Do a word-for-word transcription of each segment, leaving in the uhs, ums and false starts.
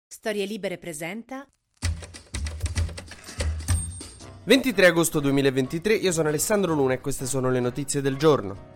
Storie Libere presenta ventitré agosto duemilaventitré, io sono Alessandro Luna e queste sono le notizie del giorno.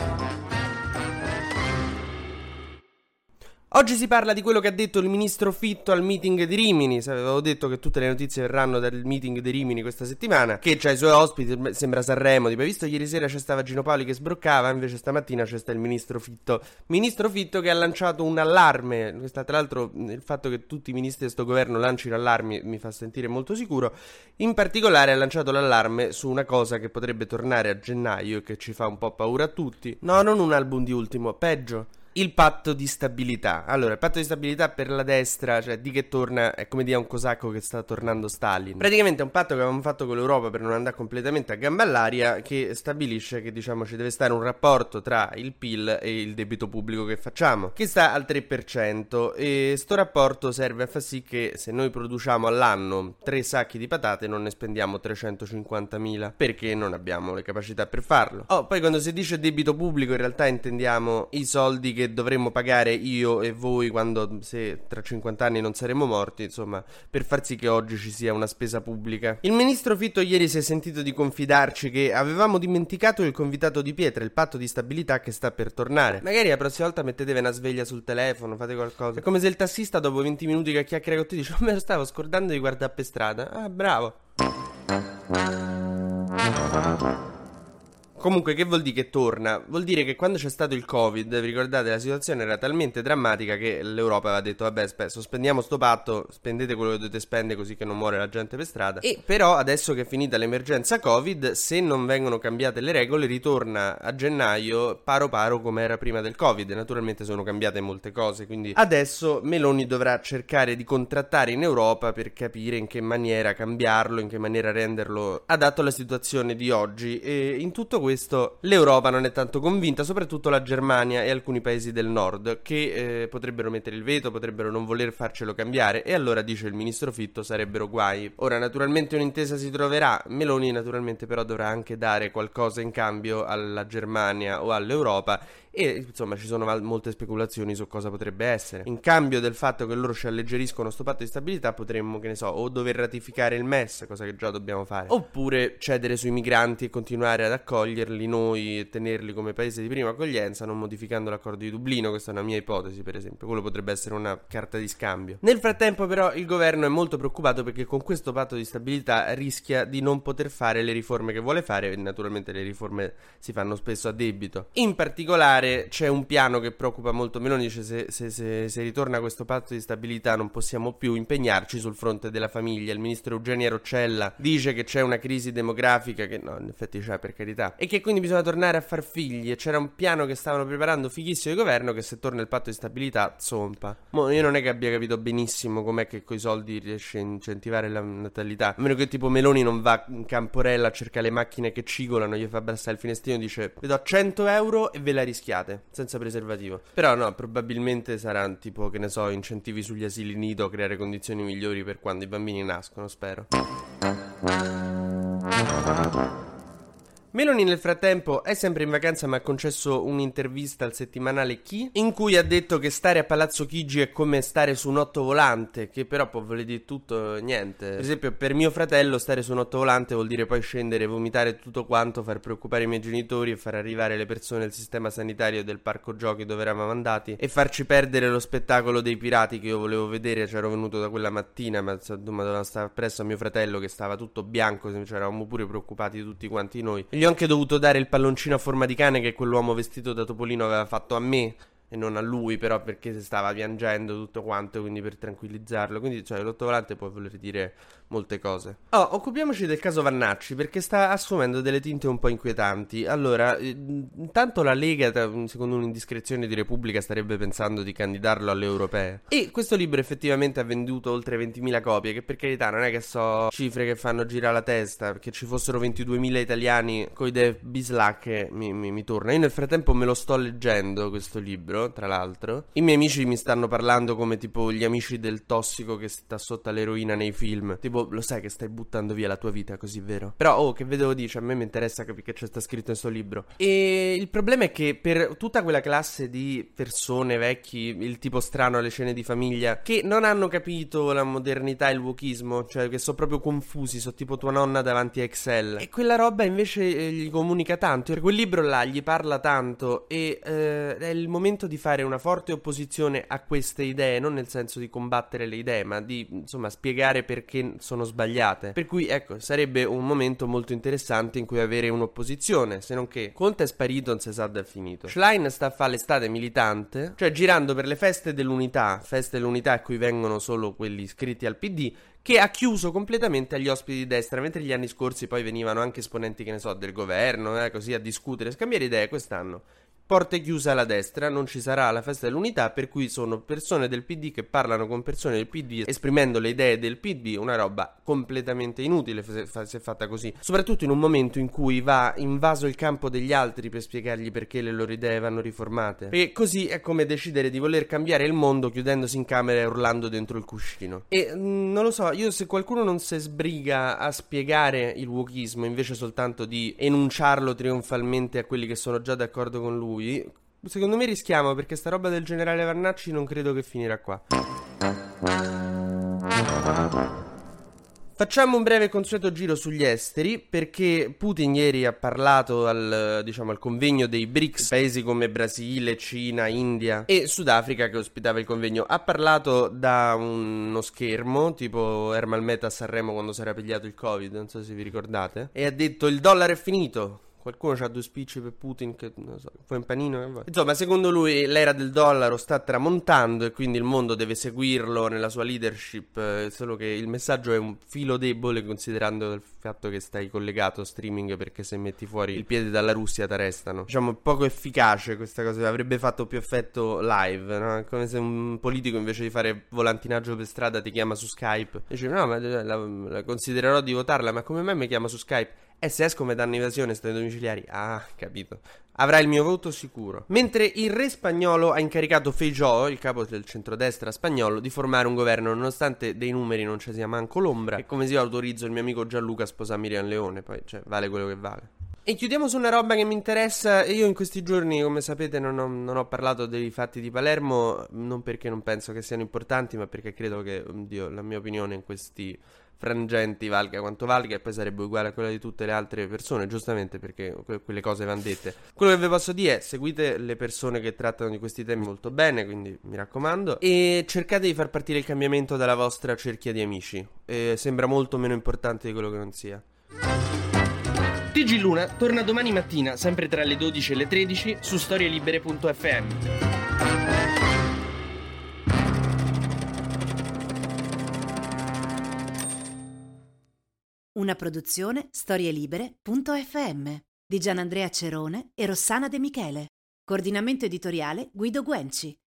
Oggi si parla di quello che ha detto il ministro Fitto al meeting di Rimini. Avevo detto che tutte le notizie verranno dal meeting di Rimini questa settimana, che c'ha i suoi ospiti, sembra Sanremo, tipo, hai visto ieri sera c'è stava Gino Paoli che sbroccava, invece stamattina c'è sta il ministro Fitto. Ministro Fitto che ha lanciato un allarme. Questa, tra l'altro, il fatto che tutti i ministri di sto governo lancino allarmi mi fa sentire molto sicuro. In particolare ha lanciato l'allarme su una cosa che potrebbe tornare a gennaio e che ci fa un po' paura a tutti. No, non un album di Ultimo, peggio. Il patto di stabilità. Allora, il patto di stabilità per la destra, cioè di che torna, è come dire a un cosacco che sta tornando Stalin. Praticamente è un patto che avevamo fatto con l'Europa per non andare completamente a gamba all'aria, che stabilisce che, diciamo, ci deve stare un rapporto tra il P I L e il debito pubblico che facciamo, che sta al tre per cento, e sto rapporto serve a far sì che se noi produciamo all'anno tre sacchi di patate non ne spendiamo trecentocinquantamila, perché non abbiamo le capacità per farlo. Oh, poi quando si dice debito pubblico in realtà intendiamo i soldi che che dovremmo pagare io e voi quando, se tra cinquanta anni non saremo morti, insomma, per far sì che oggi ci sia una spesa pubblica. Il ministro Fitto ieri si è sentito di confidarci che avevamo dimenticato il convitato di pietra, il patto di stabilità che sta per tornare. Magari la prossima volta mettetevi una sveglia sul telefono, fate qualcosa. È come se il tassista dopo venti minuti che chiacchiera con te dice: oh, me lo stavo scordando di guardare per strada. Ah, bravo. Comunque, che vuol dire che torna? Vuol dire che quando c'è stato il Covid, vi ricordate, la situazione era talmente drammatica che l'Europa aveva detto: vabbè, aspetta, sospendiamo sto patto, spendete quello che dovete spendere così che non muore la gente per strada. E però adesso che è finita l'emergenza Covid, se non vengono cambiate le regole, ritorna a gennaio paro paro come era prima del Covid. Naturalmente sono cambiate molte cose, quindi adesso Meloni dovrà cercare di contrattare in Europa per capire in che maniera cambiarlo, in che maniera renderlo adatto alla situazione di oggi. E in tutto questo Questo, l'Europa non è tanto convinta, soprattutto la Germania e alcuni paesi del nord, che eh, potrebbero mettere il veto, potrebbero non voler farcelo cambiare, e allora, dice il ministro Fitto, sarebbero guai. Ora, naturalmente un'intesa si troverà, Meloni naturalmente però dovrà anche dare qualcosa in cambio alla Germania o all'Europa, e insomma ci sono val- molte speculazioni su cosa potrebbe essere. In cambio del fatto che loro ci alleggeriscono sto patto di stabilità, potremmo, che ne so, o dover ratificare il M E S, cosa che già dobbiamo fare, oppure cedere sui migranti e continuare ad accoglierli noi e tenerli come paese di prima accoglienza, non modificando l'accordo di Dublino. Questa è una mia ipotesi, per esempio. Quello potrebbe essere una carta di scambio. Nel frattempo però il governo è molto preoccupato perché con questo patto di stabilità rischia di non poter fare le riforme che vuole fare, e naturalmente le riforme si fanno spesso a debito. In particolare c'è un piano che preoccupa molto Meloni, dice: se, se, se, se ritorna questo patto di stabilità non possiamo più impegnarci sul fronte della famiglia. Il ministro Eugenia Roccella dice che c'è una crisi demografica, che no, in effetti c'è, per carità, e che quindi bisogna tornare a far figli, e c'era un piano che stavano preparando fighissimo di governo, che se torna il patto di stabilità zompa. Mo io non è che abbia capito benissimo com'è che coi soldi riesce a incentivare la natalità, a meno che tipo Meloni non va in Camporella a cercare le macchine che cigolano, gli fa abbassare il finestrino e dice: vi do cento euro e ve la rischiate senza preservativo. Però no, probabilmente saranno tipo, che ne so, incentivi sugli asili nido, creare condizioni migliori per quando i bambini nascono, spero. Meloni nel frattempo è sempre in vacanza, ma ha concesso un'intervista al settimanale Chi, in cui ha detto che stare a Palazzo Chigi è come stare su un ottovolante, che però può voler dire tutto e niente. Per esempio, per mio fratello stare su un ottovolante vuol dire poi scendere, vomitare tutto quanto, far preoccupare i miei genitori e far arrivare le persone del sistema sanitario del parco giochi dove eravamo andati e farci perdere lo spettacolo dei pirati che io volevo vedere. C'ero venuto da quella mattina, ma doveva stare appresso a mio fratello che stava tutto bianco, cioè eravamo pure preoccupati tutti quanti noi. Gli ho anche dovuto dare il palloncino a forma di cane che quell'uomo vestito da Topolino aveva fatto a me e non a lui, però perché stava piangendo tutto quanto, quindi per tranquillizzarlo. Quindi, cioè, l'ottovolante può voler dire molte cose. Oh, occupiamoci del caso Vannacci, perché sta assumendo delle tinte un po' inquietanti. Allora, eh, intanto la Lega, secondo un'indiscrezione di Repubblica, starebbe pensando di candidarlo alle europee. E questo libro effettivamente ha venduto oltre ventimila copie, che per carità non è che so cifre che fanno girare la testa, perché ci fossero ventiduemila italiani con idee bislacche mi, mi, mi torna. Io nel frattempo me lo sto leggendo questo libro libro, tra l'altro. I miei amici mi stanno parlando come tipo gli amici del tossico che sta sotto all'eroina nei film. Tipo, lo sai che stai buttando via la tua vita, così, vero? Però, oh, che vedevo dice, a me mi interessa capire che c'è sta scritto in sto libro. E il problema è che per tutta quella classe di persone, vecchi, il tipo strano alle cene di famiglia, che non hanno capito la modernità e il wokismo, cioè che sono proprio confusi, sono tipo tua nonna davanti a Excel. E quella roba invece eh, gli comunica tanto. Per quel libro là gli parla tanto e eh, è il momento di fare una forte opposizione a queste idee, non nel senso di combattere le idee, ma di, insomma, spiegare perché sono sbagliate. Per cui, ecco, sarebbe un momento molto interessante in cui avere un'opposizione, se non che Conte è sparito, non si sa da finito. Schlein sta a fare l'estate militante, cioè girando per le feste dell'unità, feste dell'unità a cui vengono solo quelli iscritti al P D, che ha chiuso completamente agli ospiti di destra, mentre gli anni scorsi poi venivano anche esponenti, che ne so, del governo, eh, così a discutere, scambiare idee. Quest'anno porte chiuse alla destra, non ci sarà la festa dell'unità, per cui sono persone del P D che parlano con persone del P D esprimendo le idee del P D, una roba completamente inutile se è fatta così, soprattutto in un momento in cui va invaso il campo degli altri per spiegargli perché le loro idee vanno riformate, perché così è come decidere di voler cambiare il mondo chiudendosi in camera e urlando dentro il cuscino. E mh, non lo so, io se qualcuno non si sbriga a spiegare il wokismo invece soltanto di enunciarlo trionfalmente a quelli che sono già d'accordo con lui, secondo me rischiamo, perché sta roba del generale Vannacci non credo che finirà qua. Facciamo un breve consueto giro sugli esteri, perché Putin ieri ha parlato al, diciamo, al convegno dei B R I C S, paesi come Brasile, Cina, India e Sudafrica che ospitava il convegno. Ha parlato da uno schermo, tipo Ermal Meta a Sanremo quando si era pigliato il Covid, non so se vi ricordate, e ha detto: il dollaro è finito. Qualcuno c'ha due spicci per Putin che, non so, poi un panino, eh? Insomma, secondo lui l'era del dollaro sta tramontando e quindi il mondo deve seguirlo nella sua leadership, eh, solo che il messaggio è un filo debole considerando il fatto che stai collegato streaming, perché se metti fuori il piede dalla Russia t'arrestano. Diciamo poco efficace questa cosa, avrebbe fatto più effetto live, no? È come se un politico invece di fare volantinaggio per strada ti chiama su Skype e dice: no, ma la, la considererò di votarla, ma come mai mi chiama su Skype? E se esco come danno evasione sto ai domiciliari. Ah, capito. Avrà il mio voto sicuro. Mentre il re spagnolo ha incaricato Feijóo, il capo del centrodestra spagnolo, di formare un governo, nonostante dei numeri non ci sia manco l'ombra. E come si autorizzo il mio amico Gianluca a sposare Miriam Leone, poi, cioè, vale quello che vale. E chiudiamo su una roba che mi interessa. Io in questi giorni, come sapete, non ho, non ho parlato dei fatti di Palermo, non perché non penso che siano importanti, ma perché credo che, oddio, la mia opinione in questi frangenti valga quanto valga, e poi sarebbe uguale a quella di tutte le altre persone, giustamente, perché que- quelle cose vanno dette. Quello che vi posso dire è: seguite le persone che trattano di questi temi molto bene, quindi mi raccomando, e cercate di far partire il cambiamento dalla vostra cerchia di amici. E sembra molto meno importante di quello che non sia. T G Luna torna domani mattina, sempre tra le dodici e le tredici, su storielibere punto effe emme. Una produzione storielibere punto effe emme di Gianandrea Cerone e Rossana De Michele. Coordinamento editoriale Guido Guenci.